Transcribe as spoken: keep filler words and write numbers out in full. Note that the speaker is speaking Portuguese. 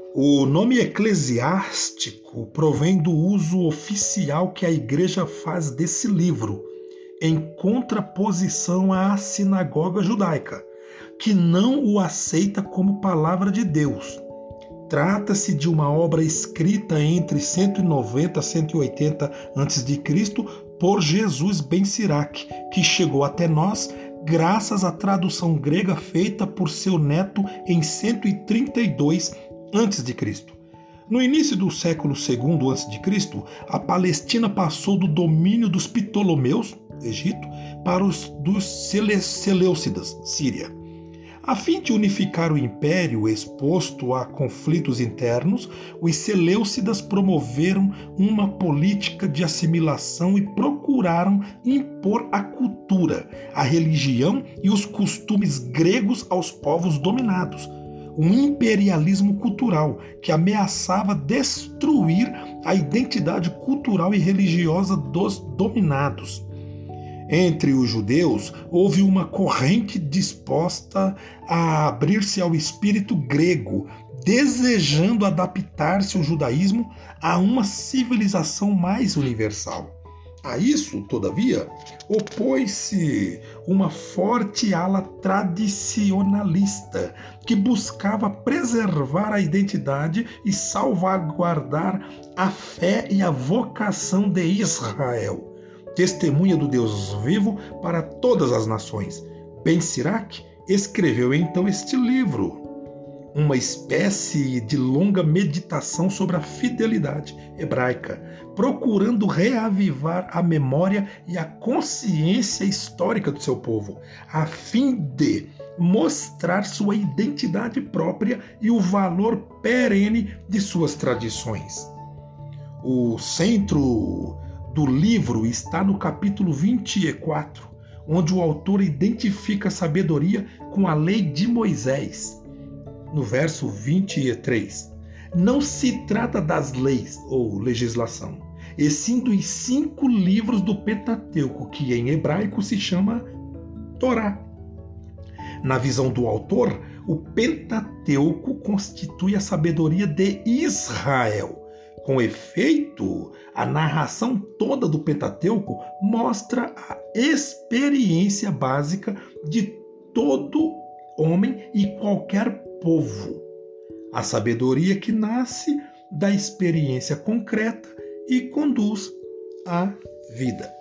O nome eclesiástico provém do uso oficial que a Igreja faz desse livro, em contraposição à sinagoga judaica, que não o aceita como palavra de Deus. Trata-se de uma obra escrita entre cento e noventa a cento e oitenta antes de Cristo por Jesus ben Sirac, que chegou até nós graças à tradução grega feita por seu neto em cento e trinta e dois antes de Cristo. No início do século segundo antes de Cristo, a Palestina passou do domínio dos Ptolomeus, Egito, para os dos Seleucidas, Síria. A fim de unificar o império exposto a conflitos internos, os Seleucidas promoveram uma política de assimilação e procuraram impor a cultura, a religião e os costumes gregos aos povos dominados. Um imperialismo cultural que ameaçava destruir a identidade cultural e religiosa dos dominados. Entre os judeus, houve uma corrente disposta a abrir-se ao espírito grego, desejando adaptar-se ao judaísmo a uma civilização mais universal. A isso, todavia, opôs-se uma forte ala tradicionalista, que buscava preservar a identidade e salvaguardar a fé e a vocação de Israel, testemunha do Deus vivo para todas as nações. Ben Sirac escreveu então este livro, uma espécie de longa meditação sobre a fidelidade hebraica, procurando reavivar a memória e a consciência histórica do seu povo, a fim de mostrar sua identidade própria e o valor perene de suas tradições. O centro do livro está no capítulo vinte e quatro, onde o autor identifica a sabedoria com a lei de Moisés. No verso vinte e três, não se trata das leis ou legislação, e sim dos cinco livros do Pentateuco, que em hebraico se chama Torá. Na visão do autor, o Pentateuco constitui a sabedoria de Israel. Com efeito, a narração toda do Pentateuco mostra a experiência básica de todo homem e qualquer povo. A sabedoria que nasce da experiência concreta e conduz à vida.